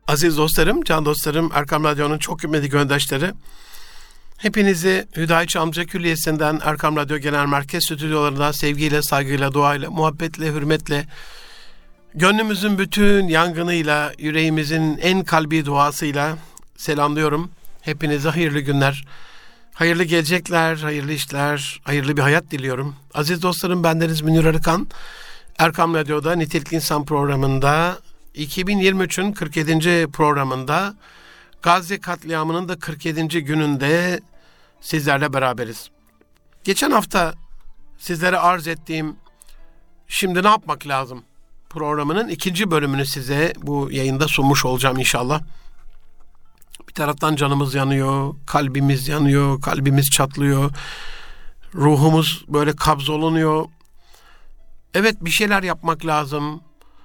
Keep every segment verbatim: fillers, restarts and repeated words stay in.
Aziz dostlarım, can dostlarım, Erkam Radyo'nun çok kıymetli göndaşları, hepinizi Hüdayi Çamlıca Külliyesi'nden, Erkam Radyo Genel Merkez Stüdyolarından sevgiyle, saygıyla, duayla, muhabbetle, hürmetle, gönlümüzün bütün yangınıyla, yüreğimizin en kalbi duasıyla selamlıyorum. Hepinize hayırlı günler, hayırlı gelecekler, hayırlı işler, hayırlı bir hayat diliyorum. Aziz dostlarım, bendeniz Münir Arıkan, Erkam Radyo'da Nitelikli İnsan programında, iki bin yirmi üçün kırk yedinci programında, Gazze katliamının da kırk yedinci gününde sizlerle beraberiz. Geçen hafta sizlere arz ettiğim "Şimdi ne yapmak lazım?" programının ikinci bölümünü size bu yayında sunmuş olacağım inşallah. Bir taraftan canımız yanıyor, kalbimiz yanıyor, kalbimiz çatlıyor, ruhumuz böyle kabzolunuyor. Evet, bir şeyler yapmak lazım.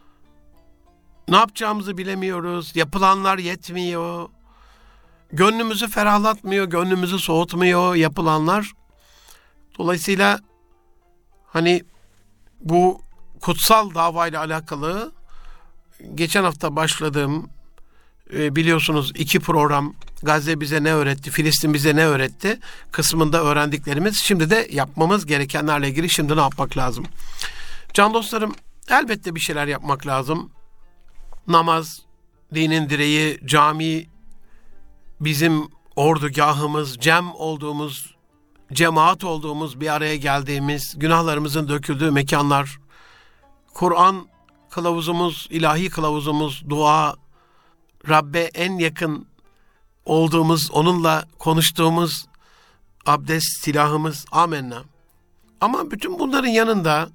Ne yapacağımızı bilemiyoruz, yapılanlar yetmiyor, gönlümüzü ferahlatmıyor, gönlümüzü soğutmuyor yapılanlar. Dolayısıyla hani bu kutsal davayla alakalı geçen hafta başladığım e, biliyorsunuz iki program, Gazze bize ne öğretti, Filistin bize ne öğretti kısmında öğrendiklerimiz, şimdi de yapmamız gerekenlerle ilgili şimdi ne yapmak lazım? Can dostlarım, elbette bir şeyler yapmak lazım. Namaz, dinin direği, cami, bizim ordugahımız, cem olduğumuz, cemaat olduğumuz, bir araya geldiğimiz, günahlarımızın döküldüğü mekanlar, Kur'an kılavuzumuz, ilahi kılavuzumuz, dua, Rabbe en yakın olduğumuz, onunla konuştuğumuz abdest silahımız, amenna. Ama bütün bunların yanında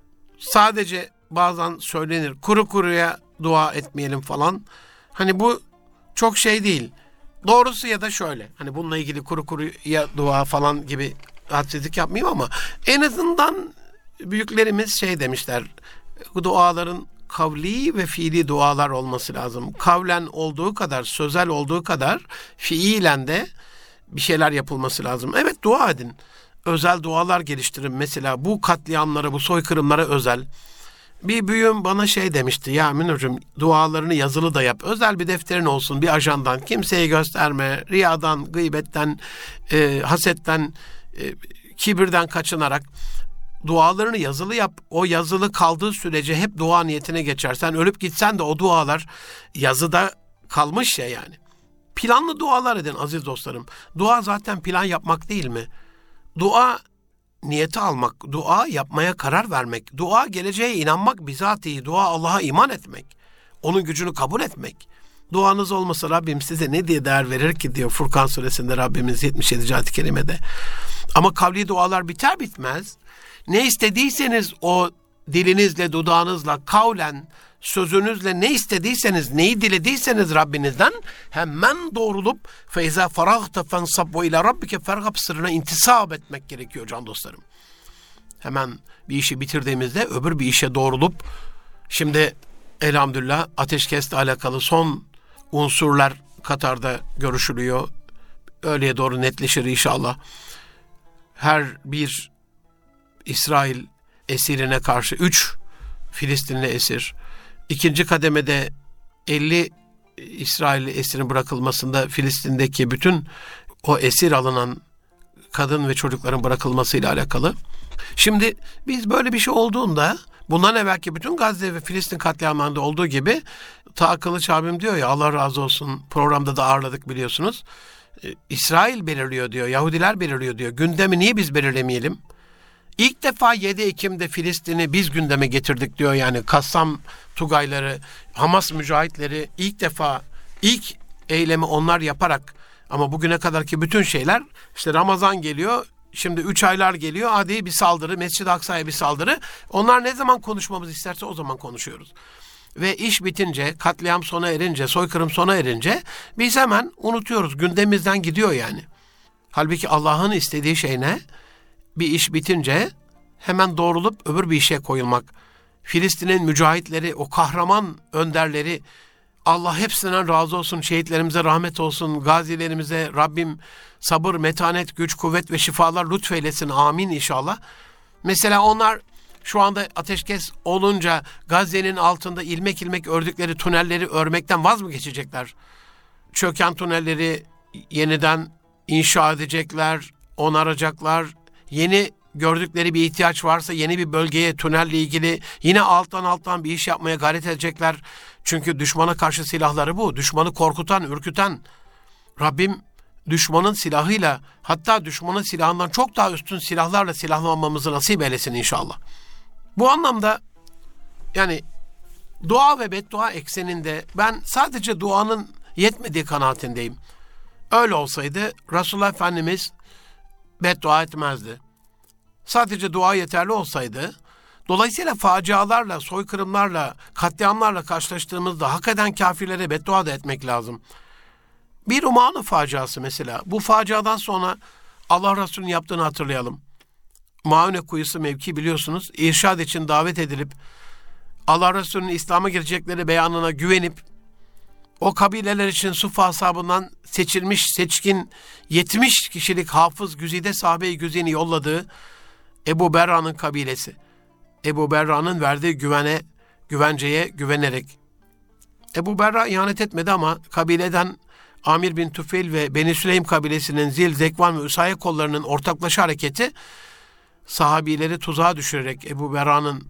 sadece bazen söylenir, kuru kuruya dua etmeyelim falan. Hani bu çok şey değil. Doğrusu ya da şöyle, hani bununla ilgili kuru kuruya dua falan gibi hadsizlik yapmayayım ama en azından büyüklerimiz şey demişler, bu duaların kavli ve fiili dualar olması lazım. Kavlen olduğu kadar, sözel olduğu kadar fiilen de bir şeyler yapılması lazım. Evet, dua edin. Özel dualar geliştirin. Mesela bu katliamlara, bu soykırımlara özel. Bir büyüğüm bana şey demişti, ya Münir'cim, dualarını yazılı da yap. Özel bir defterin olsun, bir ajandan, kimseye gösterme, riyadan, gıybetten, e, hasetten, e, kibirden kaçınarak dualarını yazılı yap. O yazılı kaldığı sürece hep dua niyetine geçer. Sen ölüp gitsen de o dualar yazıda kalmış ya yani. Planlı dualar edin aziz dostlarım. Dua zaten plan yapmak değil mi? Dua niyeti almak, dua yapmaya karar vermek, dua geleceğe inanmak, bizatihi dua Allah'a iman etmek, onun gücünü kabul etmek. Duanız olmasa Rabbim size ne diye değer verir ki diyor Furkan suresinde Rabbimiz yetmiş yedinci ayet-i kerimede. Ama kavli dualar biter bitmez ne istediyseniz o dilinizle, dudağınızla, kavlen, sözünüzle ne istediyseniz, neyi dilediyseniz Rabbinizden hemen doğrulup feyza faragta fensab ve ila rabbike fergab sırrına intisap etmek gerekiyor can dostlarım. Hemen bir işi bitirdiğimizde öbür bir işe doğrulup, şimdi elhamdülillah ateşkesle alakalı son unsurlar Katar'da görüşülüyor. Öğleye doğru netleşir inşallah. Her bir İsrail esirine karşı üç Filistinli esir. İkinci kademede elli İsrail esirin bırakılmasında Filistin'deki bütün o esir alınan kadın ve çocukların bırakılmasıyla alakalı. Şimdi biz böyle bir şey olduğunda, bundan evvelki bütün Gazze ve Filistin katliamlarında olduğu gibi, Ta Kılıç abim diyor ya, Allah razı olsun, programda da ağırladık biliyorsunuz. İsrail belirliyor diyor, Yahudiler belirliyor diyor. Gündemi niye biz belirlemeyelim? İlk defa yedi Ekim'de Filistin'i biz gündeme getirdik diyor yani. Kassam Tugayları, Hamas mücahitleri ilk defa, ilk eylemi onlar yaparak, ama bugüne kadarki bütün şeyler, işte Ramazan geliyor, şimdi üç aylar geliyor, hadi bir saldırı, Mescid-i Aksa'ya bir saldırı. Onlar ne zaman konuşmamızı isterse o zaman konuşuyoruz. Ve iş bitince, katliam sona erince, soykırım sona erince biz hemen unutuyoruz, gündemimizden gidiyor yani. Halbuki Allah'ın istediği şey ne? Bir iş bitince hemen doğrulup öbür bir işe koyulmak. Filistin'in mücahitleri, o kahraman önderleri, Allah hepsinden razı olsun, şehitlerimize rahmet olsun, gazilerimize Rabbim sabır, metanet, güç, kuvvet ve şifalar lütfeylesin, amin inşallah. Mesela onlar Şu anda ateşkes olunca Gazze'nin altında ilmek ilmek ördükleri tünelleri örmekten vaz mı geçecekler? Çöken tünelleri yeniden inşa edecekler, onaracaklar. Yeni gördükleri bir ihtiyaç varsa yeni bir bölgeye tünelle ilgili yine alttan alttan bir iş yapmaya gayret edecekler. Çünkü düşmana karşı silahları bu. Düşmanı korkutan, ürküten. Rabbim düşmanın silahıyla, hatta düşmanın silahından çok daha üstün silahlarla silahlanmamızı nasip eylesin inşallah. Bu anlamda yani dua ve beddua ekseninde ben sadece duanın yetmediği kanaatindeyim. Öyle olsaydı Resulullah Efendimiz beddua etmezdi. Sadece dua yeterli olsaydı, dolayısıyla facialarla, soykırımlarla, katliamlarla karşılaştığımızda hak eden kafirlere beddua da etmek lazım. Bir Umanu faciası mesela. Bu faciadan sonra Allah Resulü'nün yaptığını hatırlayalım. Maune kuyusu mevki biliyorsunuz. İrşad için davet edilip Allah Resulü'nün İslam'a girecekleri beyanına güvenip o kabileler için Suffa ashabından seçilmiş, seçkin yetmiş kişilik hafız güzide sahabe-i güzini yolladığı Ebu Berra'nın kabilesi. Ebu Berra'nın verdiği güvene, güvenceye güvenerek. Ebu Berra ihanet etmedi ama kabileden Amir bin Tufeil ve Beni Süleym kabilesinin Zil, Zekvan ve Üsaye kollarının ortaklaşa hareketi sahabileri tuzağa düşürerek Ebu Berra'nın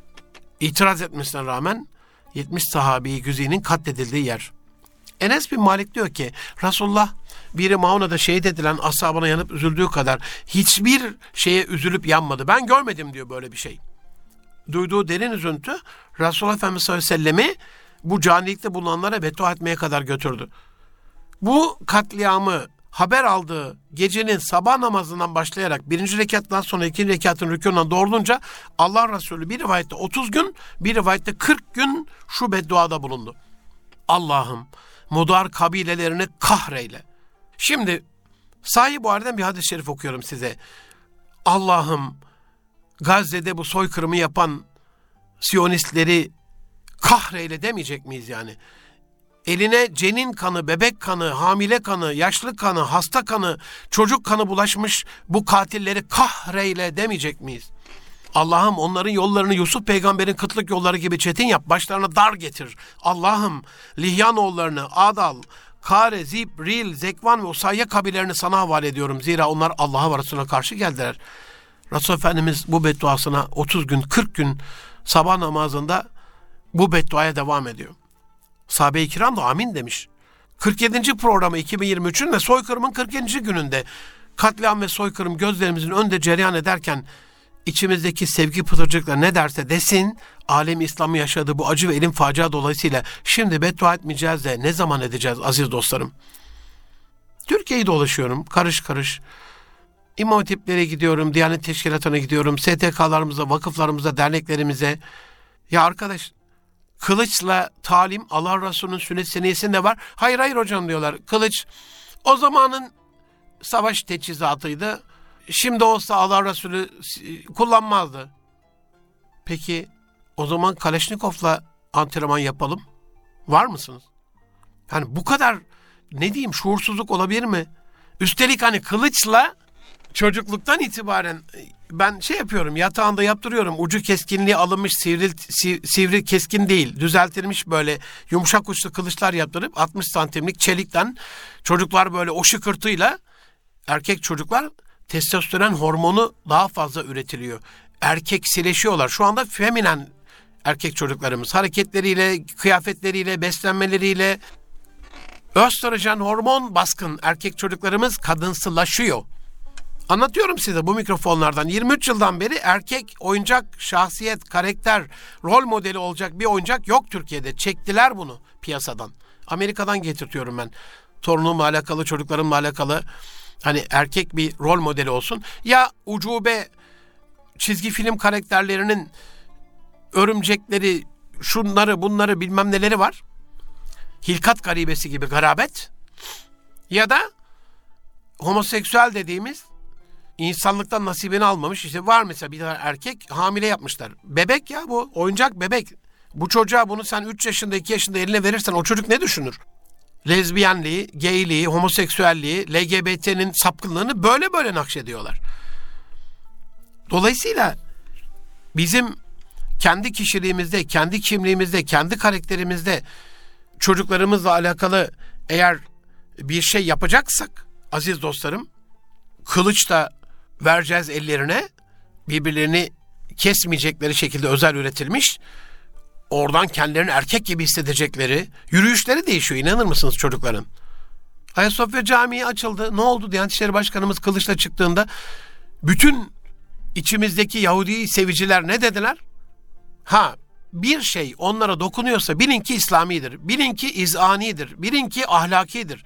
itiraz etmesine rağmen yetmiş sahabi güzinin katledildiği yer. Enes bin Malik diyor ki Resulullah biri Mauna'da şehit edilen ashabına yanıp üzüldüğü kadar hiçbir şeye üzülüp yanmadı. Ben görmedim diyor böyle bir şey. Duyduğu derin üzüntü Resulullah Efendimiz sallallahu aleyhi ve sellem'i bu canilikte bulunanlara beddua etmeye kadar götürdü. Bu katliamı haber aldığı gecenin sabah namazından başlayarak birinci rekattan sonra ikinci rekatın rükûndan doğrulunca Allah Resulü bir rivayette otuz gün, bir rivayette kırk gün şu bedduada bulundu. Allah'ım Mudar kabilelerini kahreyle. Şimdi Sahih Buhari'den bir hadis-i şerif okuyorum size. Allah'ım Gazze'de bu soykırımı yapan Siyonistleri kahreyle demeyecek miyiz yani? Eline cenin kanı, bebek kanı, hamile kanı, yaşlı kanı, hasta kanı, çocuk kanı bulaşmış bu katilleri kahreyle demeyecek miyiz? Allah'ım onların yollarını Yusuf peygamberin kıtlık yolları gibi çetin yap, başlarına dar getir. Allah'ım Lihyanoğullarını, Adal, Kare, Zib, Ril, Zekvan ve Usayye kabilelerini sana havale ediyorum. Zira onlar Allah'a ve Resulüne karşı geldiler. Resul Efendimiz bu bedduasına otuz gün, kırk gün sabah namazında bu bedduaya devam ediyor. Sahabe-i kiram da amin demiş. kırk yedinci programı iki bin yirmi üçün ve soykırımın kırk yedinci gününde katliam ve soykırım gözlerimizin önünde cereyan ederken içimizdeki sevgi pıtırcıklar ne derse desin, alem İslam'ı yaşadığı bu acı ve elim facia dolayısıyla şimdi beddua etmeyeceğiz de ne zaman edeceğiz aziz dostlarım? Türkiye'yi dolaşıyorum karış karış. İmam hatiplere gidiyorum, Diyanet Teşkilatı'na gidiyorum, S T K'larımıza, vakıflarımıza, derneklerimize. Ya arkadaş, kılıçla talim Allah Resulü'nün sünnet seniyesinde var. Hayır hayır hocam diyorlar. Kılıç o zamanın savaş teçhizatıydı. Şimdi olsa Allah Resulü kullanmazdı. Peki o zaman Kaleşnikov'la antrenman yapalım. Var mısınız? Yani bu kadar ne diyeyim şuursuzluk olabilir mi? Üstelik hani kılıçla çocukluktan itibaren ben şey yapıyorum, yatağında yaptırıyorum. Ucu keskinliği alınmış, sivri, sivri keskin değil, düzeltilmiş böyle yumuşak uçlu kılıçlar yaptırıp altmış santimlik çelikten çocuklar böyle o şıkırtıyla, erkek çocuklar testosteron hormonu daha fazla üretiliyor. Erkeksileşiyorlar. Şu anda feminen erkek çocuklarımız hareketleriyle, kıyafetleriyle, beslenmeleriyle östrojen hormon baskın erkek çocuklarımız kadınsılaşıyor. Anlatıyorum size bu mikrofonlardan. yirmi üç yıldan beri erkek oyuncak, şahsiyet, karakter, rol modeli olacak bir oyuncak yok Türkiye'de. Çektiler bunu piyasadan. Amerika'dan getirtiyorum ben. Torunumla alakalı, çocuklarımla alakalı hani erkek bir rol modeli olsun. Ya ucube çizgi film karakterlerinin örümcekleri, şunları, bunları bilmem neleri var. Hilkat garibesi gibi garabet. Ya da homoseksüel dediğimiz insanlıktan nasibini almamış. İşte var mesela bir tane erkek hamile yapmışlar. Bebek ya bu. Oyuncak bebek. Bu çocuğa bunu sen üç yaşında iki yaşında eline verirsen o çocuk ne düşünür? Lezbiyenliği, geyliği, homoseksüelliği, L G B T'nin sapkınlığını böyle böyle nakşediyorlar. Dolayısıyla bizim kendi kişiliğimizde, kendi kimliğimizde, kendi karakterimizde çocuklarımızla alakalı eğer bir şey yapacaksak aziz dostlarım, kılıç da vereceğiz ellerine, birbirlerini kesmeyecekleri şekilde özel üretilmiş, oradan kendilerini erkek gibi hissedecekleri, yürüyüşleri değişiyor, inanır mısınız çocukların? Ayasofya Camii açıldı. Ne oldu? Diyanet İşleri Başkanımız kılıçla çıktığında bütün içimizdeki Yahudi seviciler ne dediler? Ha, bir şey onlara dokunuyorsa bilin ki İslamidir, bilin ki izanidir, bilin ki ahlakidir,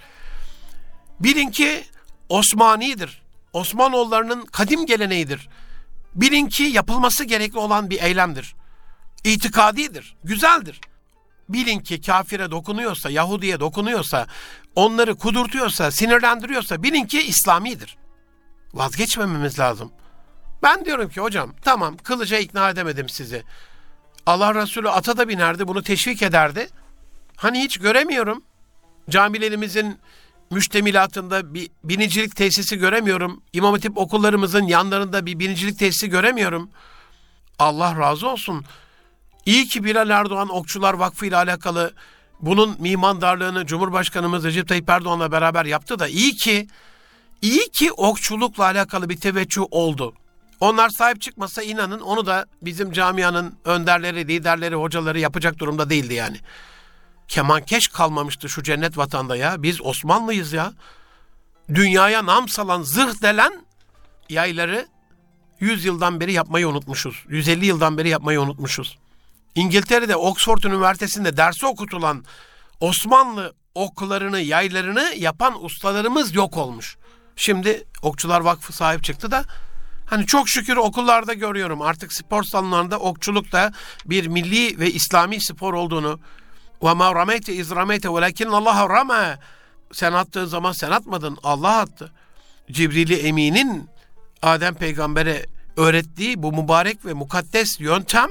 bilin ki Osmanidir, Osmanoğullarının kadim geleneğidir, bilin ki yapılması gerekli olan bir eylemdir, itikadidir, güzeldir. Bilin ki kafire dokunuyorsa, Yahudiye dokunuyorsa, onları kudurtuyorsa, sinirlendiriyorsa bilin ki İslamidir. Vazgeçmememiz lazım. Ben diyorum ki hocam tamam, kılıca ikna edemedim sizi. Allah Resulü ata da binerdi, bunu teşvik ederdi. Hani hiç göremiyorum. Camilerimizin müştemilatında bir binicilik tesisi göremiyorum. İmam Hatip okullarımızın yanlarında bir binicilik tesisi göremiyorum. Allah razı olsun. İyi ki Bilal Erdoğan Okçular Vakfı ile alakalı bunun mimandarlığını Cumhurbaşkanımız Recep Tayyip Erdoğan'la beraber yaptı da iyi ki, iyi ki okçulukla alakalı bir teveccüh oldu. Onlar sahip çıkmasa inanın onu da bizim camianın önderleri, liderleri, hocaları yapacak durumda değildi yani. Kemankeş kalmamıştı şu cennet vatanda ya. Biz Osmanlıyız ya. Dünyaya nam salan, zırh delen yayları yüz yıldan beri yapmayı unutmuşuz. yüz elli yıldan beri yapmayı unutmuşuz. İngiltere'de Oxford Üniversitesi'nde dersi okutulan Osmanlı oklarını, yaylarını yapan ustalarımız yok olmuş. Şimdi Okçular Vakfı sahip çıktı da hani çok şükür okullarda görüyorum artık spor salonlarında okçuluk da bir milli ve İslami spor olduğunu. وَمَا رَمَيْتَ اِذْ رَمَيْتَ وَلَكِنَّ اللّٰهَ رَمَى. Sen attığın zaman sen atmadın, Allah attı. Cibril-i Emin'in Adem Peygamber'e öğrettiği bu mübarek ve mukaddes yöntem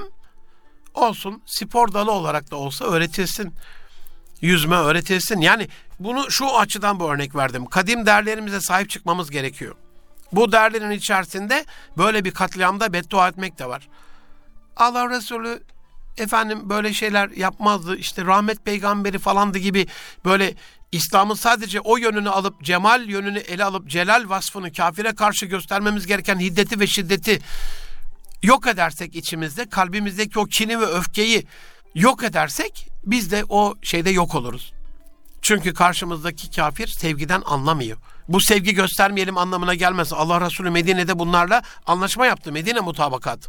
olsun, spor dalı olarak da olsa öğretilsin. Yüzme öğretilsin. Yani bunu şu açıdan bu örnek verdim. Kadim değerlerimize sahip çıkmamız gerekiyor. Bu değerlerin içerisinde böyle bir katliamda beddua etmek de var. Allah Resulü efendim böyle şeyler yapmazdı. İşte rahmet peygamberi falandı gibi böyle İslam'ın sadece o yönünü alıp, cemal yönünü ele alıp, celal vasfını kafire karşı göstermemiz gereken hiddeti ve şiddeti yok edersek içimizde, kalbimizdeki o kini ve öfkeyi yok edersek biz de o şeyde yok oluruz. Çünkü karşımızdaki kafir sevgiden anlamıyor. Bu sevgi göstermeyelim anlamına gelmez. Allah Resulü Medine'de bunlarla anlaşma yaptı. Medine mutabakatı.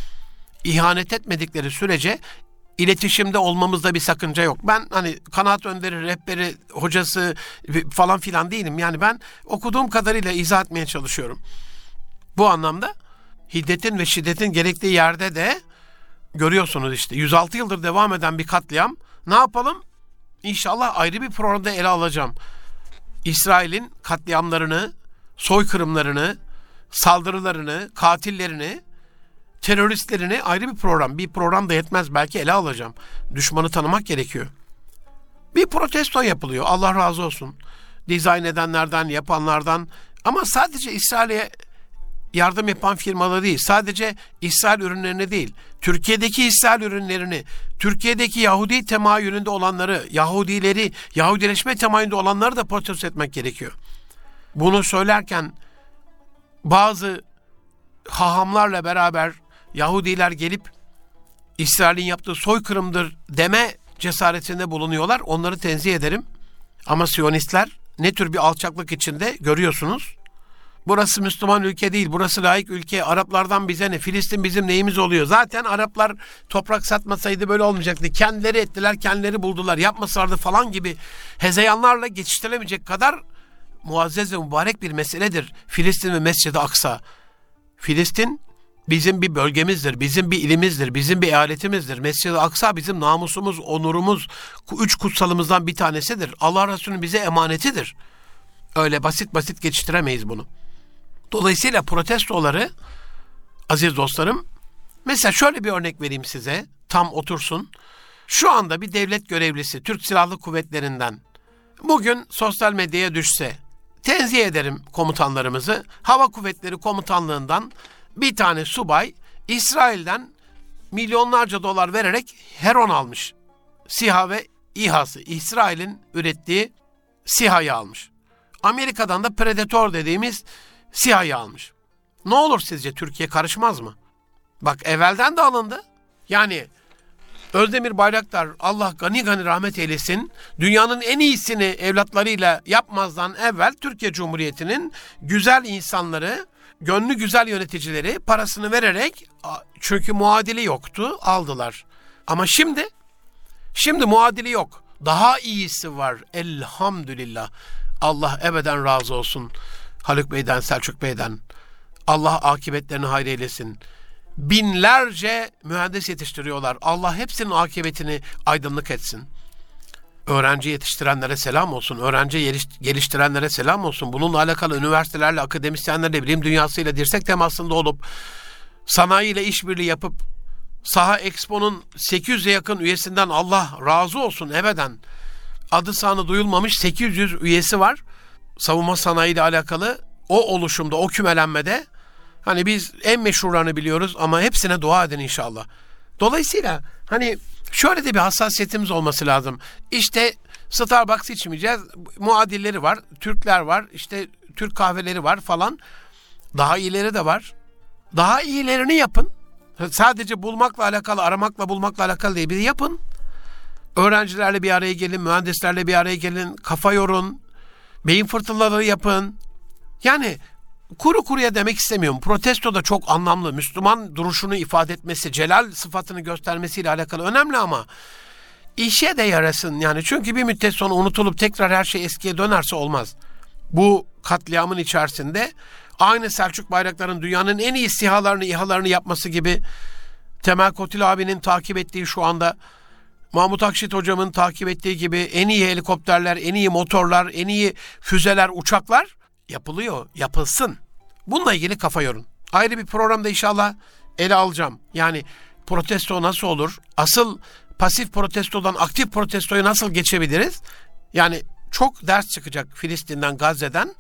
İhanet etmedikleri sürece iletişimde olmamızda bir sakınca yok. Ben hani kanaat önderi, rehberi, hocası falan filan değilim. Yani ben okuduğum kadarıyla izah etmeye çalışıyorum. Bu anlamda hiddetin ve şiddetin gerektiği yerde de görüyorsunuz işte yüz altı yıldır devam eden bir katliam. Ne yapalım? İnşallah ayrı bir programda ele alacağım. İsrail'in katliamlarını, soykırımlarını, saldırılarını, katillerini, teröristlerini ayrı bir program, bir program da yetmez belki ele alacağım. Düşmanı tanımak gerekiyor. Bir protesto yapılıyor. Allah razı olsun. Dizayn edenlerden, yapanlardan. Ama sadece İsrail'e yardım yapan firmaları değil, sadece İsrail ürünlerini değil, Türkiye'deki İsrail ürünlerini, Türkiye'deki Yahudi temayülünde olanları, Yahudileri, Yahudileşme temayülünde olanları da protesto etmek gerekiyor. Bunu söylerken bazı hahamlarla beraber Yahudiler gelip İsrail'in yaptığı soykırımdır deme cesaretinde bulunuyorlar. Onları tenzih ederim. Ama Siyonistler ne tür bir alçaklık içinde görüyorsunuz. Burası Müslüman ülke değil, burası laik ülke. Araplardan bize ne? Filistin bizim neyimiz oluyor? Zaten Araplar toprak satmasaydı böyle olmayacaktı. Kendileri ettiler, kendileri buldular. Yapmasalardı falan gibi hezeyanlarla geçiştirilemeyecek kadar muazzez ve mübarek bir meseledir Filistin ve Mescid-i Aksa. Filistin bizim bir bölgemizdir, bizim bir ilimizdir, bizim bir eyaletimizdir. Mescid-i Aksa bizim namusumuz, onurumuz, üç kutsalımızdan bir tanesidir. Allah Resulü'nün bize emanetidir. Öyle basit basit geçiştiremeyiz bunu. Dolayısıyla protestoları aziz dostlarım, mesela şöyle bir örnek vereyim size, tam otursun. Şu anda bir devlet görevlisi Türk Silahlı Kuvvetleri'nden bugün sosyal medyaya düşse, tenzih ederim komutanlarımızı, Hava Kuvvetleri Komutanlığı'ndan bir tane subay İsrail'den milyonlarca dolar vererek Heron almış. SİHA ve İHA'sı. İsrail'in ürettiği SİHA'yı almış. Amerika'dan da Predator dediğimiz SİHA'yı almış. Ne olur sizce, Türkiye karışmaz mı? Bak, evvelden de alındı. Yani Özdemir Bayraktar, Allah gani gani rahmet eylesin, dünyanın en iyisini evlatlarıyla yapmazdan evvel Türkiye Cumhuriyeti'nin güzel insanları, gönlü güzel yöneticileri parasını vererek, çünkü muadili yoktu, aldılar. Ama şimdi, şimdi muadili yok. Daha iyisi var elhamdülillah. Allah ebeden razı olsun Haluk Bey'den, Selçuk Bey'den. Allah akıbetlerini hayır eylesin. Binlerce mühendis yetiştiriyorlar. Allah hepsinin akıbetini aydınlık etsin. Öğrenci yetiştirenlere selam olsun. Öğrenci geliştirenlere selam olsun. Bununla alakalı üniversitelerle, akademisyenlerle, bilim dünyasıyla dirsek temasında olup, sanayiyle işbirliği yapıp, Saha Expo'nun sekiz yüze yakın üyesinden Allah razı olsun ebeden. Adı sanı duyulmamış sekiz yüz üyesi var. Savunma sanayiyle alakalı o oluşumda, o kümelenmede. Hani biz en meşhurlarını biliyoruz ama hepsine dua edin inşallah. Dolayısıyla hani şöyle de bir hassasiyetimiz olması lazım. İşte Starbucks içmeyeceğiz. Muadilleri var, Türkler var, işte Türk kahveleri var falan. Daha iyileri de var. Daha iyilerini yapın. Sadece bulmakla alakalı, aramakla bulmakla alakalı değil. Bir yapın. Öğrencilerle bir araya gelin, mühendislerle bir araya gelin, kafa yorun, beyin fırtınaları yapın. Yani kuru kuruya demek istemiyorum. Protesto da çok anlamlı. Müslüman duruşunu ifade etmesi, celal sıfatını göstermesiyle alakalı önemli ama işe de yarasın. Yani çünkü bir müddet sonra unutulup tekrar her şey eskiye dönerse olmaz. Bu katliamın içerisinde aynı Selçuk Bayraktar'ın dünyanın en iyi SİHA'larını, İHA'larını yapması gibi, Temel Kotil abinin takip ettiği, şu anda Mahmut Akşit hocamın takip ettiği gibi en iyi helikopterler, en iyi motorlar, en iyi füzeler, uçaklar yapılıyor, yapılsın. Bununla ilgili kafa yorun. Ayrı bir programda inşallah ele alacağım. Yani protesto nasıl olur? Asıl pasif protestodan aktif protestoyu nasıl geçebiliriz? Yani çok ders çıkacak Filistin'den, Gazze'den.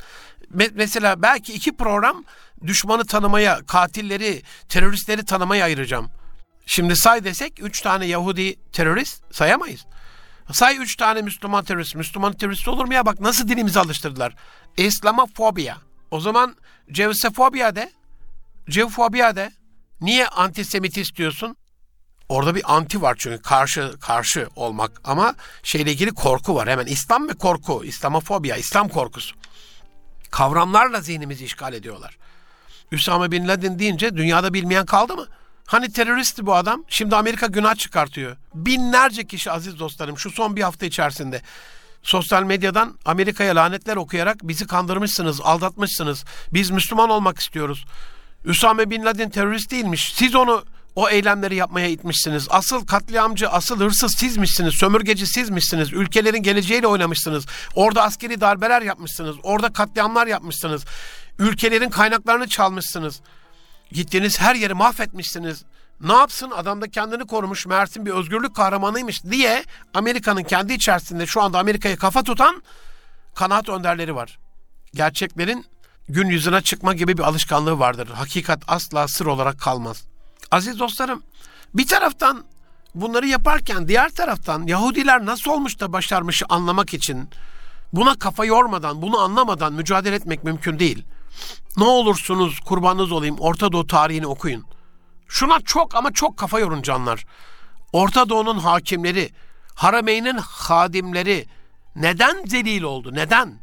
Mesela belki iki program düşmanı tanımaya, katilleri, teröristleri tanımaya ayıracağım. Şimdi say desek üç tane Yahudi terörist sayamayız. Say üç tane Müslüman terörist. Müslüman terörist olur mu ya? Bak nasıl dilimizi alıştırdılar. İslamofobiya. O zaman Cevsefobiya de. Cevfobiya de. Niye antisemitist diyorsun? Orada bir anti var çünkü karşı karşı olmak. Ama şeyle ilgili korku var. Hemen İslam ve korku. İslamofobiya, İslam korkusu. Kavramlarla zihnimizi işgal ediyorlar. Üsame Bin Laden deyince dünyada bilmeyen kaldı mı? Hani teröristti bu adam, şimdi Amerika günah çıkartıyor. Binlerce kişi aziz dostlarım şu son bir hafta içerisinde sosyal medyadan Amerika'ya lanetler okuyarak bizi kandırmışsınız, aldatmışsınız. Biz Müslüman olmak istiyoruz. Üsame Bin Laden terörist değilmiş. Siz onu o eylemleri yapmaya itmişsiniz. Asıl katliamcı, asıl hırsız sizmişsiniz. Sömürgeci sizmişsiniz. Ülkelerin geleceğiyle oynamışsınız. Orada askeri darbeler yapmışsınız. Orada katliamlar yapmışsınız. Ülkelerin kaynaklarını çalmışsınız. Gittiğiniz her yeri mahvetmişsiniz. Ne yapsın? Adam da kendini korumuş. Meğersem bir özgürlük kahramanıymış diye Amerika'nın kendi içerisinde şu anda Amerika'ya kafa tutan kanaat önderleri var. Gerçeklerin gün yüzüne çıkma gibi bir alışkanlığı vardır. Hakikat asla sır olarak kalmaz. Aziz dostlarım, bir taraftan bunları yaparken diğer taraftan Yahudiler nasıl olmuş da başarmışı anlamak için buna kafa yormadan, bunu anlamadan mücadele etmek mümkün değil. Ne olursunuz kurbanınız olayım, Orta Doğu tarihini okuyun. Şuna çok ama çok kafa yorun canlar. Orta Doğu'nun hakimleri, Harameyn'in hadimleri neden zelil oldu? Neden?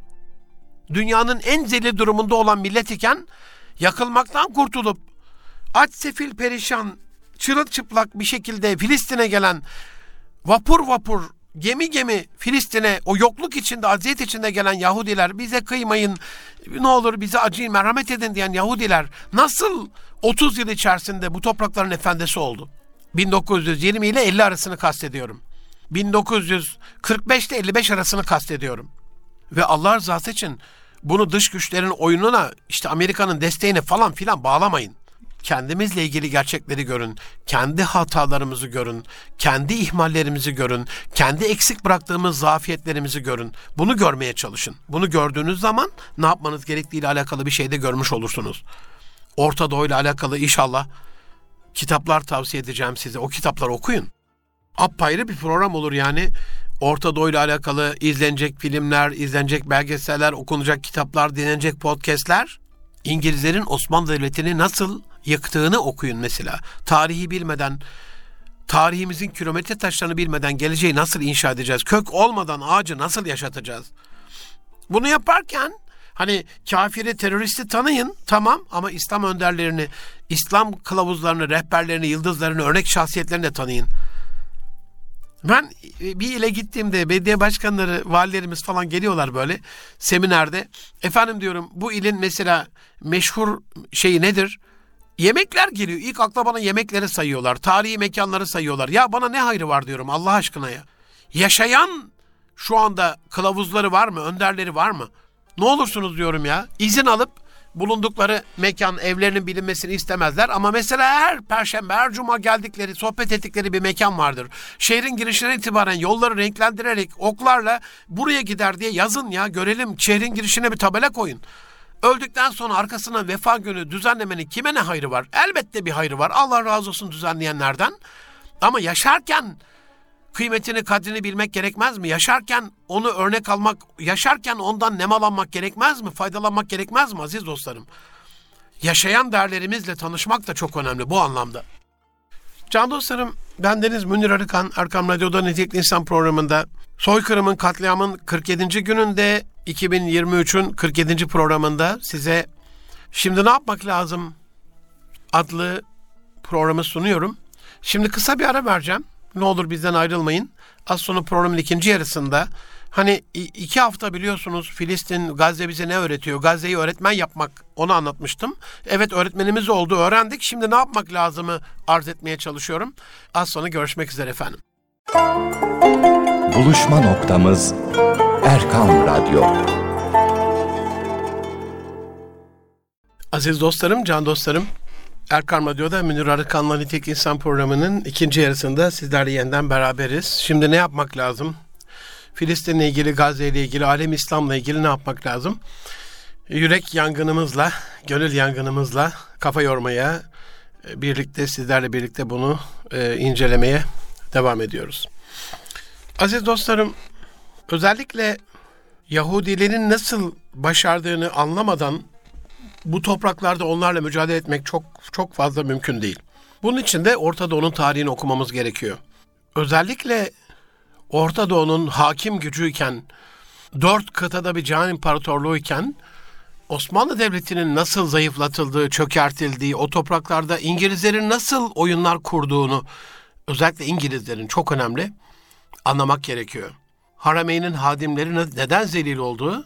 Dünyanın en zelil durumunda olan millet iken yakılmaktan kurtulup aç, sefil, perişan, çırılçıplak bir şekilde Filistin'e gelen vapur vapur, gemi gemi Filistin'e o yokluk içinde, aziyet içinde gelen Yahudiler, bize kıymayın, ne olur bize acıyın, merhamet edin diyen Yahudiler nasıl otuz yıl içerisinde bu toprakların efendisi oldu? bin dokuz yüz yirmi ile elli arasını kastediyorum. bin dokuz yüz kırk beş ile elli beş arasını kastediyorum. Ve Allah rızası için bunu dış güçlerin oyununa, işte Amerika'nın desteğine falan filan bağlamayın. Kendimizle ilgili gerçekleri görün, kendi hatalarımızı görün, kendi ihmallerimizi görün, kendi eksik bıraktığımız zafiyetlerimizi görün. Bunu görmeye çalışın. Bunu gördüğünüz zaman ne yapmanız gerektiğiyle alakalı bir şey de görmüş olursunuz. Orta Doğu ile alakalı inşallah kitaplar tavsiye edeceğim size. O kitapları okuyun. Apayrı bir program olur yani. Orta Doğu ile alakalı izlenecek filmler, izlenecek belgeseller, okunacak kitaplar, dinlenecek podcastler. İngilizlerin Osmanlı Devleti'ni nasıl yıktığını okuyun mesela. Tarihi bilmeden, tarihimizin kilometre taşlarını bilmeden geleceği nasıl inşa edeceğiz? Kök olmadan ağacı nasıl yaşatacağız? Bunu yaparken hani kafiri, teröristi tanıyın, tamam, ama İslam önderlerini, İslam kılavuzlarını, rehberlerini, yıldızlarını, örnek şahsiyetlerini de tanıyın. Ben bir ile gittiğimde belediye başkanları, valilerimiz falan geliyorlar böyle seminerde. Efendim diyorum, bu ilin mesela meşhur şeyi nedir? Yemekler geliyor. İlk akla bana yemekleri sayıyorlar. Tarihi mekanları sayıyorlar. Ya bana ne hayrı var diyorum Allah aşkına ya. Yaşayan şu anda kılavuzları var mı? Önderleri var mı? Ne olursunuz diyorum ya. İzin alıp bulundukları mekan, evlerinin bilinmesini istemezler. Ama mesela her perşembe, her cuma geldikleri, sohbet ettikleri bir mekan vardır. Şehrin girişine itibaren yolları renklendirerek oklarla buraya gider diye yazın ya, görelim. Şehrin girişine bir tabela koyun. Öldükten sonra arkasına vefa günü düzenlemenin kime ne hayrı var? Elbette bir hayrı var. Allah razı olsun düzenleyenlerden. Ama yaşarken kıymetini, kadrini bilmek gerekmez mi? Yaşarken onu örnek almak, yaşarken ondan nemalanmak gerekmez mi? Faydalanmak gerekmez mi aziz dostlarım? Yaşayan değerlerimizle tanışmak da çok önemli bu anlamda. Can dostlarım, bendeniz Münir Arıkan, Erkam Radyo'da Nitekli İnsan programında soykırımın, katliamın kırk yedinci gününde, iki bin yirmi üçün kırk yedinci programında size "Şimdi ne yapmak lazım?" adlı programı sunuyorum. Şimdi kısa bir ara vereceğim. Ne olur bizden ayrılmayın. Az sonra programın ikinci yarısında, hani iki hafta biliyorsunuz Filistin, Gazze bize ne öğretiyor? Gazze'yi öğretmen yapmak, onu anlatmıştım. Evet, öğretmenimiz oldu, öğrendik. Şimdi ne yapmak lazımı arz etmeye çalışıyorum. Az sonra görüşmek üzere efendim. Buluşma noktamız Erkam Radyo. Aziz dostlarım, can dostlarım, Erkam Radyo'da Münir Arıkan'la Nitekli İnsan programının ikinci yarısında sizlerle yeniden beraberiz. Şimdi ne yapmak lazım? Filistin'le ilgili, Gazze ile ilgili, alem İslam'la ilgili ne yapmak lazım? Yürek yangınımızla, gönül yangınımızla kafa yormaya, birlikte sizlerle birlikte bunu e, incelemeye devam ediyoruz. Aziz dostlarım, özellikle Yahudilerin nasıl başardığını anlamadan bu topraklarda onlarla mücadele etmek çok çok fazla mümkün değil. Bunun için de Orta Doğu'nun tarihini okumamız gerekiyor. Özellikle Orta Doğu'nun hakim gücüyken, dört kıtada bir cihan imparatorluğuyken, Osmanlı Devleti'nin nasıl zayıflatıldığı, çökertildiği, o topraklarda İngilizlerin nasıl oyunlar kurduğunu, özellikle İngilizlerin, çok önemli, anlamak gerekiyor. Harameyn'in hadimleri neden zelil olduğu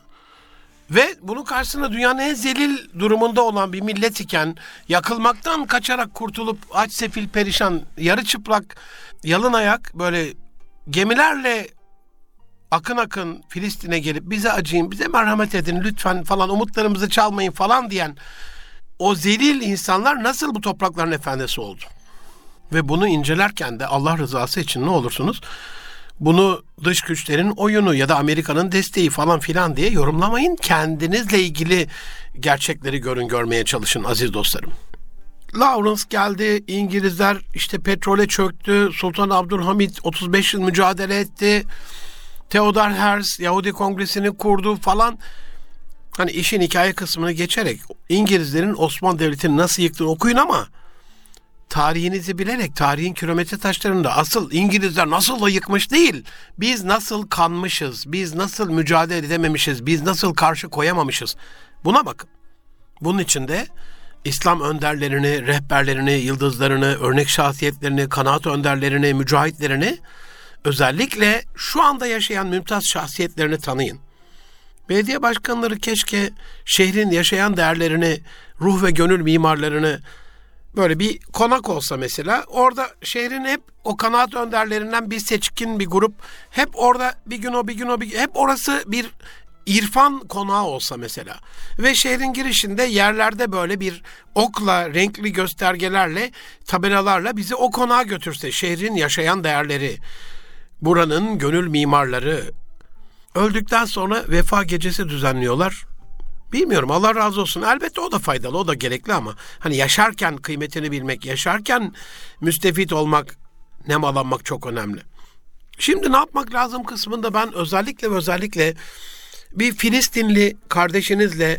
ve bunun karşısında dünyanın en zelil durumunda olan bir millet iken, yakılmaktan kaçarak kurtulup aç, sefil, perişan, yarı çıplak, yalın ayak böyle gemilerle akın akın Filistin'e gelip bize acıyın, bize merhamet edin lütfen falan, umutlarımızı çalmayın falan diyen o zelil insanlar nasıl bu toprakların efendisi oldu? Ve bunu incelerken de Allah rızası için ne olursunuz, bunu dış güçlerin oyunu ya da Amerika'nın desteği falan filan diye yorumlamayın. Kendinizle ilgili gerçekleri görün, görmeye çalışın aziz dostlarım. Lawrence geldi, İngilizler işte petrole çöktü, Sultan Abdülhamit otuz beş yıl mücadele etti, Theodor Herzl Yahudi Kongresi'ni kurdu falan. Hani işin hikaye kısmını geçerek İngilizlerin Osmanlı Devleti'ni nasıl yıktığını okuyun ama tarihinizi bilerek, tarihin kilometre taşlarında asıl İngilizler nasıl da yıkmış değil, biz nasıl kanmışız, biz nasıl mücadele edememişiz, biz nasıl karşı koyamamışız, buna bakın. Bunun için de İslam önderlerini, rehberlerini, yıldızlarını, örnek şahsiyetlerini, kanaat önderlerini, mücahitlerini, özellikle şu anda yaşayan mümtaz şahsiyetlerini tanıyın. Belediye başkanları keşke şehrin yaşayan değerlerini, ruh ve gönül mimarlarını, böyle bir konak olsa mesela, orada şehrin hep o kanaat önderlerinden bir seçkin bir grup, hep orada bir gün o bir gün o bir hep orası bir İrfan konağı olsa mesela. Ve şehrin girişinde yerlerde böyle bir okla, renkli göstergelerle, tabelalarla bizi o konağa götürse, şehrin yaşayan değerleri, buranın gönül mimarları. Öldükten sonra vefa gecesi düzenliyorlar. Bilmiyorum, Allah razı olsun. Elbette o da faydalı, o da gerekli ama hani yaşarken kıymetini bilmek, yaşarken müstefit olmak, nemalanmak çok önemli. Şimdi ne yapmak lazım kısmında ben özellikle ve özellikle bir Filistinli kardeşinizle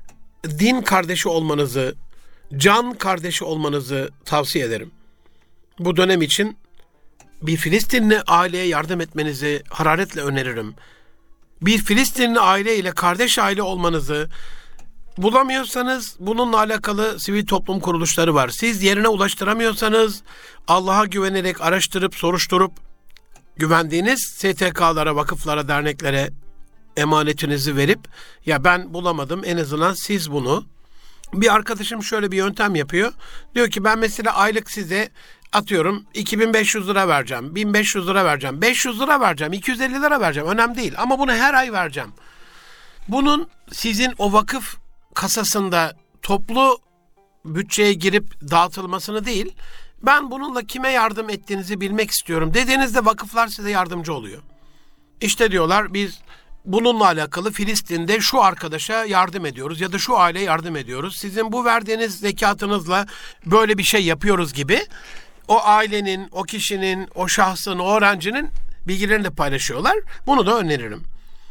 din kardeşi olmanızı, can kardeşi olmanızı tavsiye ederim. Bu dönem için bir Filistinli aileye yardım etmenizi hararetle öneririm. Bir Filistinli aile ile kardeş aile olmanızı, bulamıyorsanız bununla alakalı sivil toplum kuruluşları var. Siz yerine ulaştıramıyorsanız Allah'a güvenerek araştırıp soruşturup güvendiğiniz S T K'lara, vakıflara, derneklere emanetinizi verip ya ben bulamadım, en azından siz bunu. Bir arkadaşım şöyle bir yöntem yapıyor. Diyor ki ben mesela aylık size atıyorum iki bin beş yüz lira vereceğim, bin beş yüz lira vereceğim, beş yüz lira vereceğim, iki yüz elli lira vereceğim. Önemli değil ama bunu her ay vereceğim. Bunun sizin o vakıf kasasında toplu bütçeye girip dağıtılmasını değil, ben bununla kime yardım ettiğinizi bilmek istiyorum dediğinizde vakıflar size yardımcı oluyor. İşte diyorlar biz bununla alakalı Filistin'de şu arkadaşa yardım ediyoruz ya da şu aileye yardım ediyoruz. Sizin bu verdiğiniz zekatınızla böyle bir şey yapıyoruz gibi o ailenin, o kişinin, o şahsın, o öğrencinin bilgilerini de paylaşıyorlar. Bunu da öneririm.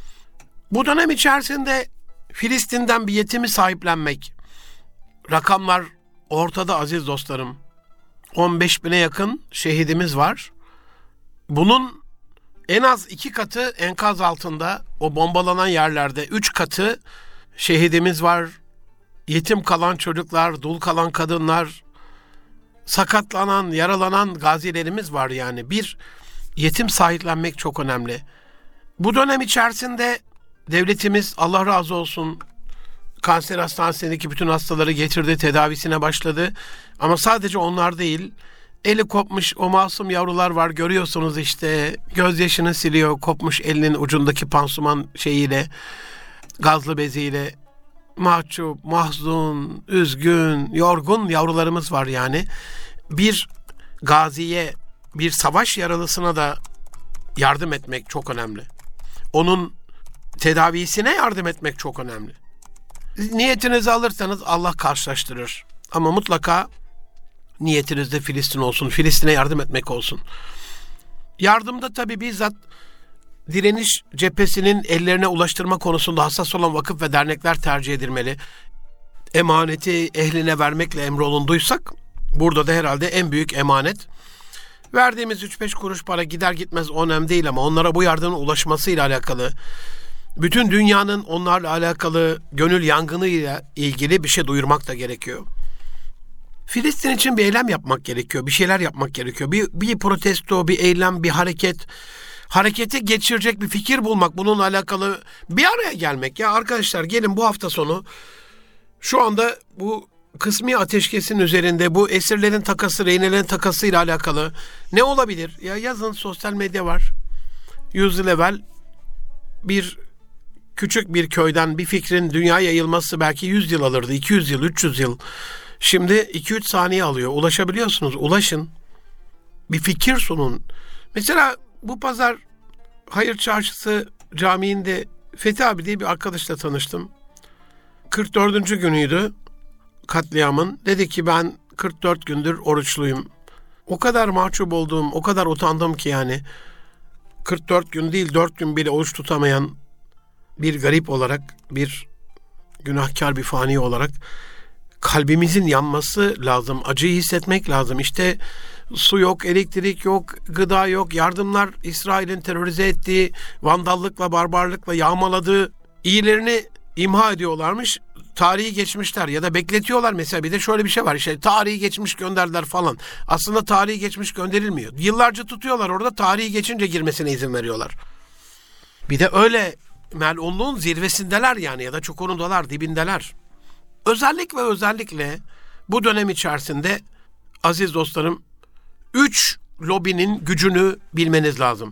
Bu dönem içerisinde Filistin'den bir yetimi sahiplenmek. Rakamlar ortada aziz dostlarım. on beş bine yakın şehidimiz var. Bunun en az iki katı enkaz altında, o bombalanan yerlerde üç katı şehidimiz var. Yetim kalan çocuklar, dul kalan kadınlar, sakatlanan, yaralanan gazilerimiz var yani. Bir, yetim sahiplenmek çok önemli. Bu dönem içerisinde devletimiz Allah razı olsun kanser hastanesindeki bütün hastaları getirdi, tedavisine başladı. Ama sadece onlar değil, eli kopmuş o masum yavrular var, görüyorsunuz işte, gözyaşını siliyor kopmuş elinin ucundaki pansuman şeyiyle, gazlı beziyle. Mahcup, mahzun, üzgün, yorgun yavrularımız var yani. Bir gaziye, bir savaş yaralısına da yardım etmek çok önemli. Onun tedavisine yardım etmek çok önemli. Niyetinizi alırsanız Allah karşılaştırır. Ama mutlaka niyetinizde Filistin olsun, Filistin'e yardım etmek olsun. Yardımda tabii bizzat direniş cephesinin ellerine ulaştırma konusunda hassas olan vakıf ve dernekler tercih edilmeli. Emaneti ehline vermekle emrolunduysak, burada da herhalde en büyük emanet. Verdiğimiz üç beş kuruş para gider gitmez önemli değil ama onlara bu yardımın ulaşmasıyla alakalı, bütün dünyanın onlarla alakalı gönül yangınıyla ilgili bir şey duyurmak da gerekiyor. Filistin için bir eylem yapmak gerekiyor, bir şeyler yapmak gerekiyor. Bir, bir protesto, bir eylem, bir hareket, harekete geçirecek bir fikir bulmak, bununla alakalı bir araya gelmek. Ya arkadaşlar gelin bu hafta sonu şu anda bu kısmi ateşkesin üzerinde bu esirlerin takası, rehinelerin takasıyla alakalı ne olabilir? Ya yazın, sosyal medya var. Yüz yıl evvel bir küçük bir köyden bir fikrin dünyaya yayılması belki yüz yıl alırdı, iki yüz yıl, üç yüz yıl. Şimdi iki üç saniye alıyor. Ulaşabiliyorsunuz, ulaşın. Bir fikir sunun. Mesela bu pazar Hayır Çarşısı Camii'nde Fethi abi diye bir arkadaşla tanıştım. kırk dördüncü günüydü katliamın. Dedi ki ben kırk dört gündür oruçluyum. O kadar mahcup oldum, o kadar utandım ki yani. kırk dört gün değil, dört gün bile oruç tutamayan bir garip olarak, bir günahkar, bir fani olarak kalbimizin yanması lazım. Acıyı hissetmek lazım. İşte su yok, elektrik yok, gıda yok. Yardımlar İsrail'in terörize ettiği, vandallıkla, barbarlıkla yağmaladığı iyilerini imha ediyorlarmış. Tarihi geçmişler ya da bekletiyorlar. Mesela bir de şöyle bir şey var. İşte tarihi geçmiş gönderdiler falan. Aslında tarihi geçmiş gönderilmiyor. Yıllarca tutuyorlar orada, tarihi geçince girmesine izin veriyorlar. Bir de öyle melunluğun zirvesindeler yani, ya da çukurundalar, dibindeler. Özellikle ve özellikle bu dönem içerisinde aziz dostlarım, üç lobinin gücünü bilmeniz lazım.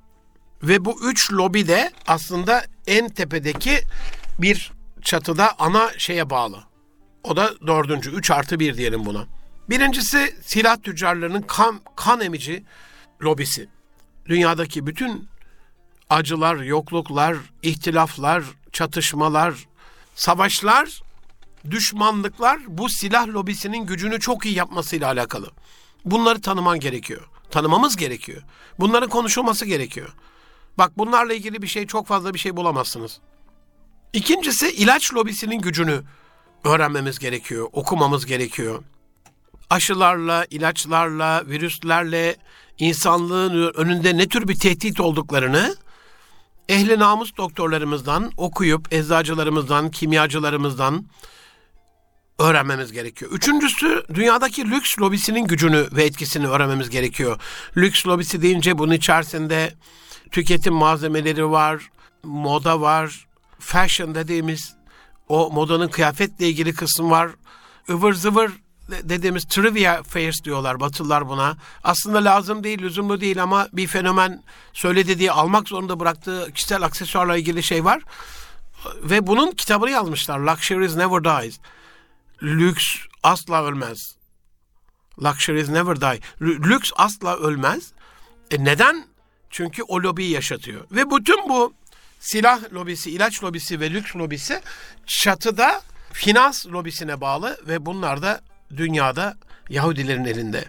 Ve bu üç lobi de aslında en tepedeki bir çatıda ana şeye bağlı. O da dördüncü, üç artı bir diyelim buna. Birincisi silah tüccarlarının kan, kan emici lobisi. Dünyadaki bütün acılar, yokluklar, ihtilaflar, çatışmalar, savaşlar, düşmanlıklar bu silah lobisinin gücünü çok iyi yapmasıyla alakalı. Bunları tanıman gerekiyor. Tanımamız gerekiyor. Bunların konuşulması gerekiyor. Bak, bunlarla ilgili bir şey, çok fazla bir şey bulamazsınız. İkincisi, ilaç lobisinin gücünü öğrenmemiz gerekiyor, okumamız gerekiyor. Aşılarla, ilaçlarla, virüslerle insanlığın önünde ne tür bir tehdit olduklarını ehli namus doktorlarımızdan okuyup, eczacılarımızdan, kimyacılarımızdan öğrenmemiz gerekiyor. Üçüncüsü, dünyadaki lüks lobisinin gücünü ve etkisini öğrenmemiz gerekiyor. Lüks lobisi deyince bunun içerisinde tüketim malzemeleri var, moda var, fashion dediğimiz o modanın kıyafetle ilgili kısım var. Ivır zıvır dediğimiz trivia fairs diyorlar Batılılar buna. Aslında lazım değil, lüzumlu değil ama bir fenomen söyledi diye almak zorunda bıraktığı kişisel aksesuarla ilgili şey var. Ve bunun kitabını yazmışlar. Luxuries Never Dies. Lüks asla ölmez. Luxuries never die. Lüks asla ölmez. E neden? Çünkü o lobiyi yaşatıyor. Ve bütün bu silah lobisi, ilaç lobisi ve lüks lobisi çatıda finans lobisine bağlı ve bunlar da dünyada Yahudilerin elinde.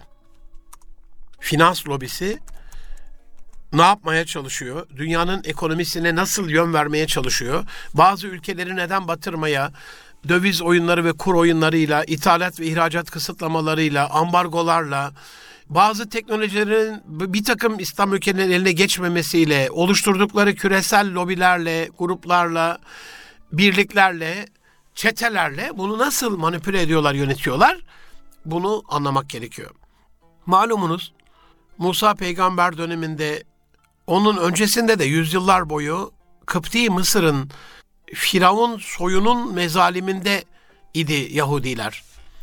Finans lobisi ne yapmaya çalışıyor? Dünyanın ekonomisine nasıl yön vermeye çalışıyor? Bazı ülkeleri neden batırmaya, döviz oyunları ve kur oyunlarıyla, ithalat ve ihracat kısıtlamalarıyla, ambargolarla, bazı teknolojilerin bir takım İslam ülkelerinin eline geçmemesiyle, oluşturdukları küresel lobilerle, gruplarla, birliklerle, çetelerle bunu nasıl manipüle ediyorlar, yönetiyorlar? Bunu anlamak gerekiyor. Malumunuz Musa peygamber döneminde, onun öncesinde de yüzyıllar boyu Kıpti Mısır'ın Firavun soyunun mezaliminde idi Yahudiler.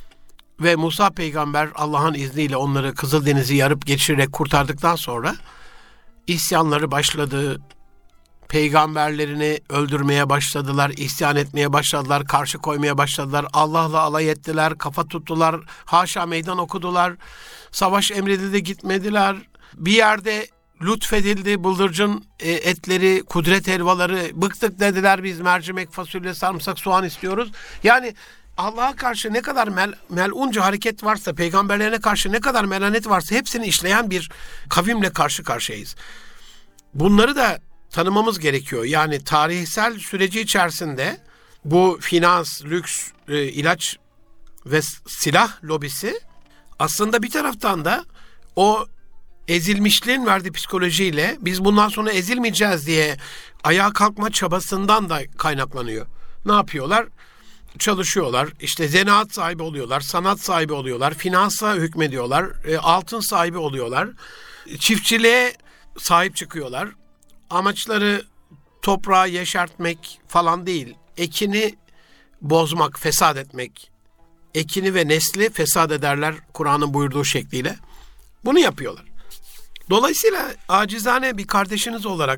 Ve Musa peygamber Allah'ın izniyle onları Kızıldeniz'i yarıp geçirerek kurtardıktan sonra isyanları başladı. Peygamberlerini öldürmeye başladılar, isyan etmeye başladılar, karşı koymaya başladılar. Allah'la alay ettiler, kafa tuttular, haşa meydan okudular. Savaş emredildi, gitmediler. Bir yerde lütfedildi, bıldırcın etleri, kudret helvaları, bıktık dediler, biz mercimek, fasulye, sarımsak, soğan istiyoruz. Yani Allah'a karşı ne kadar mel, melunca hareket varsa, peygamberlerine karşı ne kadar melanet varsa hepsini işleyen bir kavimle karşı karşıyayız. Bunları da tanımamız gerekiyor. Yani tarihsel süreci içerisinde bu finans, lüks, e, ilaç ve silah lobisi aslında bir taraftan da o ezilmişliğin verdiği psikolojiyle biz bundan sonra ezilmeyeceğiz diye ayağa kalkma çabasından da kaynaklanıyor. Ne yapıyorlar? Çalışıyorlar, işte zanaat sahibi oluyorlar, sanat sahibi oluyorlar, finansa hükmediyorlar, e, altın sahibi oluyorlar, çiftçiliğe sahip çıkıyorlar. Amaçları toprağı yeşertmek falan değil, ekini bozmak, fesat etmek. Ekini ve nesli fesat ederler Kur'an'ın buyurduğu şekliyle. Bunu yapıyorlar. Dolayısıyla acizane bir kardeşiniz olarak,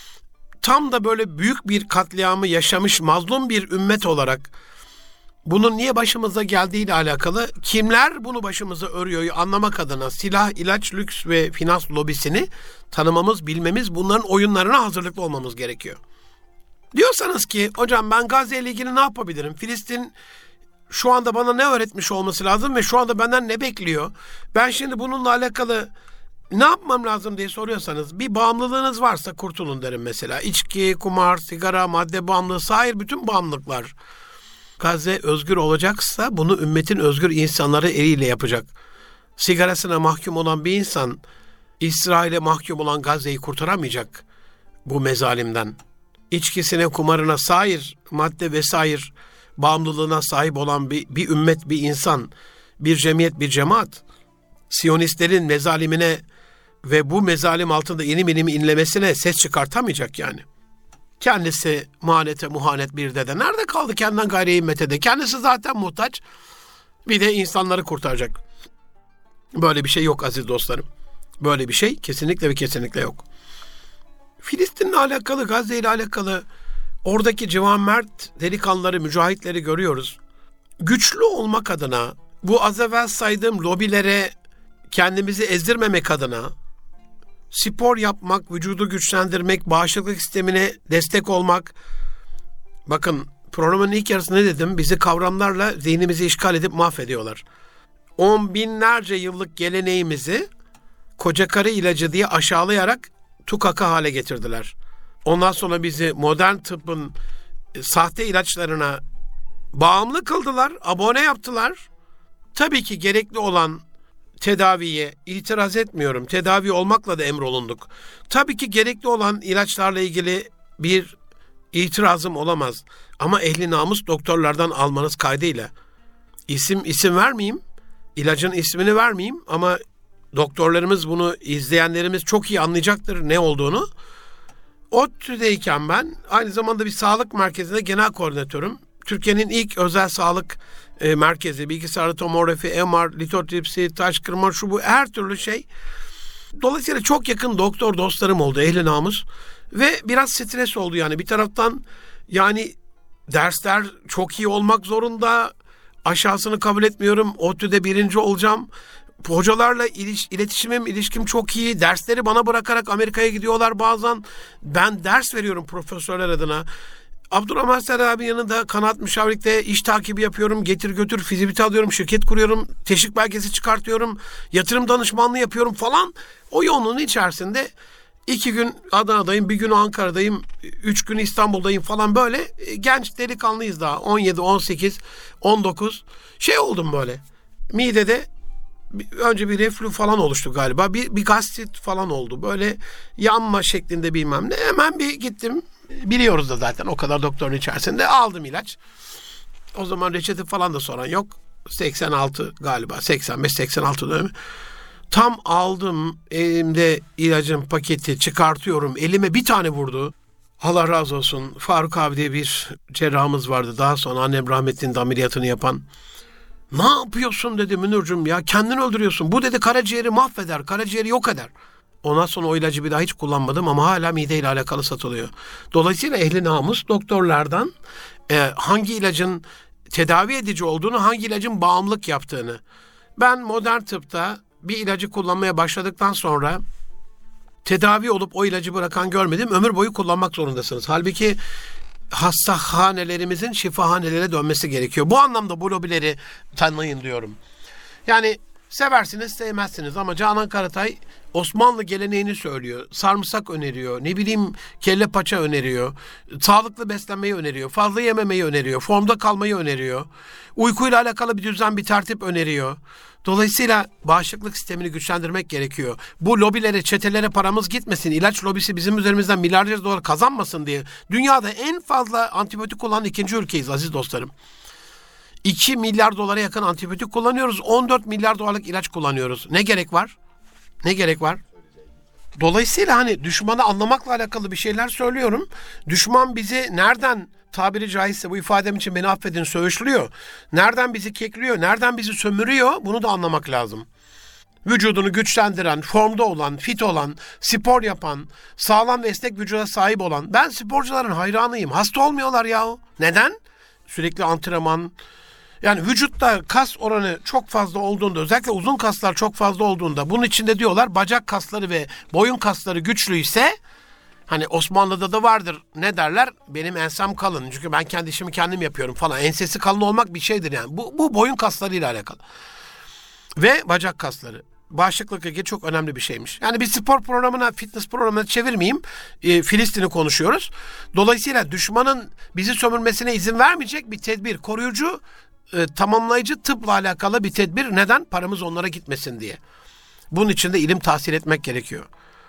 tam da böyle büyük bir katliamı yaşamış mazlum bir ümmet olarak bunun niye başımıza geldiğiyle alakalı, kimler bunu başımıza örüyor anlamak adına silah, ilaç, lüks ve finans lobisini tanımamız, bilmemiz, bunların oyunlarına hazırlıklı olmamız gerekiyor. Diyorsanız ki hocam ben Gazze ile ilgili ne yapabilirim? Filistin şu anda bana ne öğretmiş olması lazım ve şu anda benden ne bekliyor? Ben şimdi bununla alakalı ne yapmam lazım diye soruyorsanız, bir bağımlılığınız varsa kurtulun derim mesela. İçki, kumar, sigara, madde bağımlılığı, hayır bütün bağımlılıklar. Gazze özgür olacaksa bunu ümmetin özgür insanları eliyle yapacak. Sigarasına mahkum olan bir insan İsrail'e mahkum olan Gazze'yi kurtaramayacak bu mezalimden. İçkisine, kumarına, sair madde vesaire bağımlılığına sahip olan bir, bir ümmet, bir insan, bir cemiyet, bir cemaat, Siyonistlerin mezalimine ve bu mezalim altında inim inim inlemesine ses çıkartamayacak yani. Kendisi muhanete muhanet bir dede. Nerede kaldı kendinden gayri himmete de? Kendisi zaten muhtaç. Bir de insanları kurtaracak. Böyle bir şey yok aziz dostlarım. Böyle bir şey kesinlikle ve kesinlikle yok. Filistin'le alakalı, Gazze ile alakalı oradaki civan mert delikanlıları, mücahitleri görüyoruz. Güçlü olmak adına, bu az evvel saydığım lobilere kendimizi ezdirmemek adına spor yapmak, vücudu güçlendirmek, bağışıklık sistemine destek olmak. Bakın Programın ilk yarısında ne dedim? Bizi kavramlarla zihnimizi işgal edip mahvediyorlar. On binlerce yıllık geleneğimizi koca karı ilacı diye aşağılayarak tukaka hale getirdiler. Ondan sonra bizi modern tıbbın sahte ilaçlarına bağımlı kıldılar, abone yaptılar. Tabii ki gerekli olan tedaviye itiraz etmiyorum. Tedavi olmakla da emrolunduk. Tabii ki gerekli olan ilaçlarla ilgili bir itirazım olamaz. Ama ehli namus doktorlardan almanız kaydıyla. İsim isim vermeyeyim, ilacın ismini vermeyeyim ama doktorlarımız bunu, izleyenlerimiz çok iyi anlayacaktır ne olduğunu. ODTÜ'deyken ben aynı zamanda bir sağlık merkezinde genel koordinatörüm. Türkiye'nin ilk özel sağlık e, merkezi, bilgisayarlı tomografi, M R, litotripsi, taş kırma, şu bu her türlü şey. Dolayısıyla çok yakın doktor dostlarım oldu, ehli namus. Ve biraz stres oldu yani. Bir taraftan yani dersler çok iyi olmak zorunda. Aşağısını kabul etmiyorum. ODTÜ'de birinci olacağım. Hocalarla iliş, iletişimim, ilişkim çok iyi. Dersleri bana bırakarak Amerika'ya gidiyorlar bazen. Ben ders veriyorum profesörler adına. Abdurrahman Serdar abi yanında kanaat müşavirlikte iş takibi yapıyorum. Getir götür fizibilite alıyorum. Şirket kuruyorum. Teşvik belgesi çıkartıyorum. Yatırım danışmanlığı yapıyorum falan. O yoğunluğun içerisinde iki gün Adana'dayım, bir gün Ankara'dayım, üç gün İstanbul'dayım falan böyle. Genç delikanlıyız daha. on yedi, on sekiz, on dokuz. Şey oldum böyle. Midede önce bir reflü falan oluştu galiba. Bir, bir gastrit falan oldu. Böyle yanma şeklinde bilmem ne. Hemen bir gittim. Biliyoruz da zaten o kadar doktorun içerisinde. Aldım ilaç. O zaman reçete falan da soran yok. seksen altı galiba. seksen beş seksen altı dönemi. Tam aldım, elimde ilacın paketi çıkartıyorum. Elime bir tane vurdu. Allah razı olsun. Faruk abi diye bir cerrahımız vardı. Daha sonra annem rahmetlinin de ameliyatını yapan. Ne yapıyorsun dedi Münir'cim ya. Kendini öldürüyorsun. Bu dedi karaciğeri mahveder. Karaciğeri yok eder. Ondan sonra o ilacı bir daha hiç kullanmadım ama hala mideyle alakalı satılıyor. Dolayısıyla ehli namus doktorlardan e, hangi ilacın tedavi edici olduğunu, hangi ilacın bağımlılık yaptığını. Ben modern tıpta bir ilacı kullanmaya başladıktan sonra tedavi olup o ilacı bırakan görmedim. Ömür boyu kullanmak zorundasınız. Halbuki hastahanelerimizin şifahanelere dönmesi gerekiyor. Bu anlamda bu lobileri tanıyın diyorum. Yani seversiniz, sevmezsiniz ama Canan Karatay Osmanlı geleneğini söylüyor. Sarımsak öneriyor. Ne bileyim kelle paça öneriyor. Sağlıklı beslenmeyi öneriyor. Fazla yememeyi öneriyor. Formda kalmayı öneriyor. Uykuyla alakalı bir düzen, bir tertip öneriyor. Dolayısıyla bağışıklık sistemini güçlendirmek gerekiyor. Bu lobilere, çetelere paramız gitmesin. İlaç lobisi bizim üzerimizden milyarlarca dolar kazanmasın diye. Dünyada en fazla antibiyotik kullanan ikinci ülkeyiz aziz dostlarım. iki milyar dolara yakın antibiyotik kullanıyoruz. on dört milyar dolarlık ilaç kullanıyoruz. Ne gerek var? Ne gerek var? Dolayısıyla hani düşmanı anlamakla alakalı bir şeyler söylüyorum. Düşman bizi nereden, tabiri caizse bu ifadem için beni affedin, söğüşlüyor. Nereden bizi kekliyor, nereden bizi sömürüyor, bunu da anlamak lazım. Vücudunu güçlendiren, formda olan, fit olan, spor yapan, sağlam ve esnek vücuda sahip olan. Ben sporcuların hayranıyım. Hasta olmuyorlar yahu. Neden? Sürekli antrenman. Yani vücutta kas oranı çok fazla olduğunda, özellikle uzun kaslar çok fazla olduğunda, bunun içinde diyorlar bacak kasları ve boyun kasları güçlüyse, hani Osmanlı'da da vardır, ne derler? Benim ensem kalın çünkü ben kendi işimi kendim yapıyorum falan. Ensesi kalın olmak bir şeydir yani. Bu, bu boyun kaslarıyla alakalı. Ve bacak kasları. Bağışıklıkla ilgili çok önemli bir şeymiş. Yani bir spor programına, fitness programına çevirmeyeyim. E, Filistin'i konuşuyoruz. Dolayısıyla düşmanın bizi sömürmesine izin vermeyecek bir tedbir, koruyucu, e, tamamlayıcı tıpla alakalı bir tedbir. Neden? Paramız onlara gitmesin diye. Bunun için de ilim tahsil etmek gerekiyor.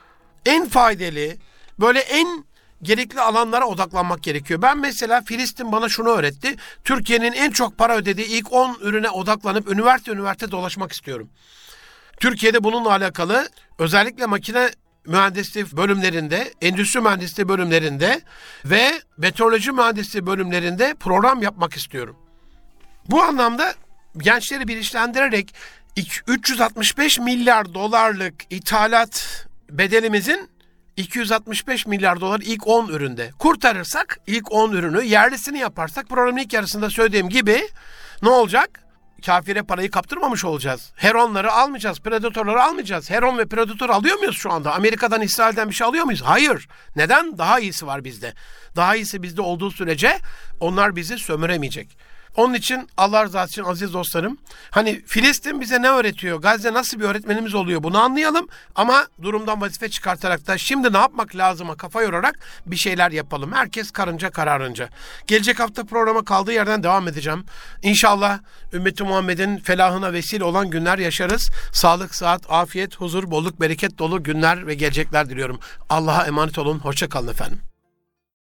En faydalı, böyle en gerekli alanlara odaklanmak gerekiyor. Ben mesela Filistin bana şunu öğretti. Türkiye'nin en çok para ödediği ilk on ürüne odaklanıp üniversite üniversite dolaşmak istiyorum. Türkiye'de bununla alakalı özellikle makine mühendisliği bölümlerinde, endüstri mühendisliği bölümlerinde ve meteoroloji mühendisliği bölümlerinde program yapmak istiyorum. Bu anlamda gençleri bilinçlendirerek üç yüz altmış beş milyar dolarlık ithalat bedelimizin iki yüz altmış beş milyar dolar ilk on üründe kurtarırsak, ilk on ürünü yerlisini yaparsak, programın ilk yarısında söylediğim gibi ne olacak? kafire parayı kaptırmamış olacağız. Heronları almayacağız, predatörleri almayacağız. Heron ve predatör alıyor muyuz şu anda? Amerika'dan, İsrail'den bir şey alıyor muyuz? Hayır. Neden? Daha iyisi var bizde. Daha iyisi bizde olduğu sürece onlar bizi sömüremeyecek. Onun için Allah rızası için aziz dostlarım, hani Filistin bize ne öğretiyor? Gazze nasıl bir öğretmenimiz oluyor? Bunu anlayalım ama durumdan vazife çıkartarak da şimdi ne yapmak lazım'a kafa yorarak bir şeyler yapalım. Herkes karınca kararınca. Gelecek hafta programa kaldığı yerden devam edeceğim. İnşallah ümmeti Muhammed'in felahına vesile olan günler yaşarız. Sağlık, sıhhat, afiyet, huzur, bolluk, bereket dolu günler ve gelecekler diliyorum. Allah'a emanet olun. Hoşça kalın efendim.